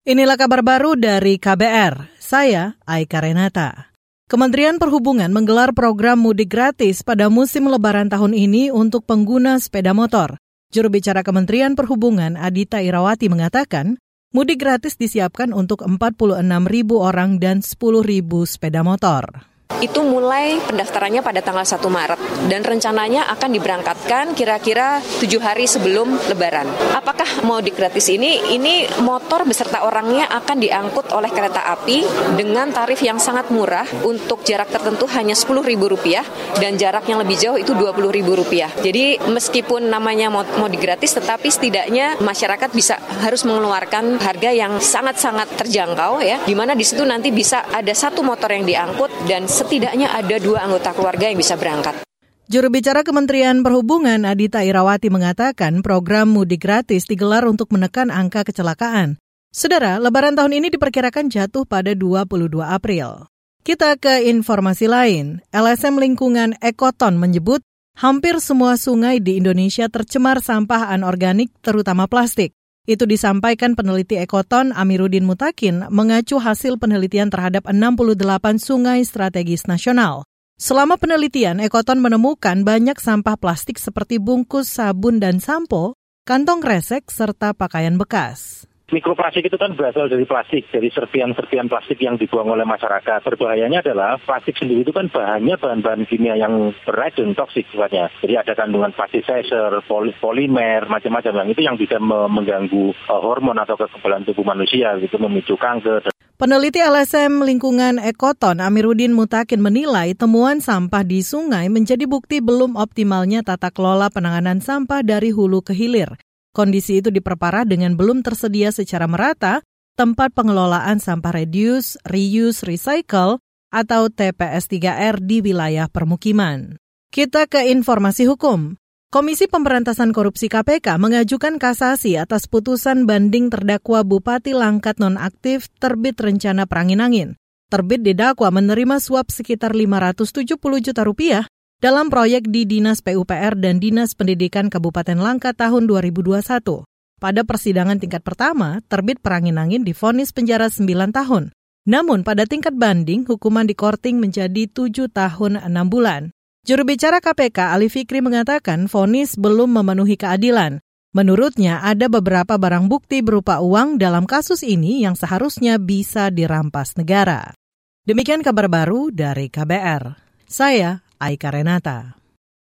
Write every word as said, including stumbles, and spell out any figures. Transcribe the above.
Inilah kabar baru dari K B R. Saya Aika Renata. Kementerian Perhubungan menggelar program mudik gratis pada musim Lebaran tahun ini untuk pengguna sepeda motor. Juru bicara Kementerian Perhubungan Adita Irawati mengatakan, mudik gratis disiapkan untuk empat puluh enam ribu orang dan sepuluh ribu sepeda motor. Itu mulai pendaftarannya pada tanggal satu Maret dan rencananya akan diberangkatkan kira-kira tujuh hari sebelum Lebaran. Apakah mudik gratis ini? Ini motor beserta orangnya akan diangkut oleh kereta api dengan tarif yang sangat murah untuk jarak tertentu hanya sepuluh ribu rupiah dan jarak yang lebih jauh itu dua puluh ribu rupiah. Jadi meskipun namanya mudik gratis tetapi setidaknya masyarakat bisa harus mengeluarkan harga yang sangat-sangat terjangkau ya, di mana di situ nanti bisa ada satu motor yang diangkut dan setidaknya ada dua anggota keluarga yang bisa berangkat. Juru bicara Kementerian Perhubungan Adita Irawati mengatakan program mudik gratis digelar untuk menekan angka kecelakaan. Saudara, Lebaran tahun ini diperkirakan jatuh pada dua puluh dua April. Kita ke informasi lain. L S M Lingkungan Ekoton menyebut hampir semua sungai di Indonesia tercemar sampah anorganik terutama plastik. Itu disampaikan peneliti Ekoton Amiruddin Mutakin mengacu hasil penelitian terhadap enam puluh delapan sungai strategis nasional. Selama penelitian, Ekoton menemukan banyak sampah plastik seperti bungkus sabun dan sampo, kantong kresek, serta pakaian bekas. Mikroplastik itu kan berasal dari plastik, dari serpian-serpian plastik yang dibuang oleh masyarakat. Berbahayanya adalah plastik sendiri itu kan bahannya bahan-bahan kimia yang beracun, toksik sifatnya. Jadi ada kandungan plasticizer, pol- polimer, macam-macam yang itu yang bisa mengganggu uh, hormon atau kekebalan tubuh manusia, gitu memicu kanker. Peneliti L S M Lingkungan Ekoton Amiruddin Mutakin menilai temuan sampah di sungai menjadi bukti belum optimalnya tata kelola penanganan sampah dari hulu ke hilir. Kondisi itu diperparah dengan belum tersedia secara merata tempat pengelolaan sampah reduce, reuse, recycle atau T P S tiga R di wilayah permukiman. Kita ke informasi hukum. Komisi Pemberantasan Korupsi K P K mengajukan kasasi atas putusan banding terdakwa Bupati Langkat nonaktif terbit rencana Peranginangin. Terbit didakwa menerima suap sekitar lima ratus tujuh puluh juta rupiah dalam proyek di Dinas P U P R dan Dinas Pendidikan Kabupaten Langkat tahun dua ribu dua puluh satu. Pada persidangan tingkat pertama, terbit Peranginangin divonis penjara sembilan tahun. Namun pada tingkat banding, hukuman dikorting menjadi tujuh tahun enam bulan. Juru bicara K P K Ali Fikri mengatakan vonis belum memenuhi keadilan. Menurutnya ada beberapa barang bukti berupa uang dalam kasus ini yang seharusnya bisa dirampas negara. Demikian kabar baru dari K B R. Saya Aika Renata.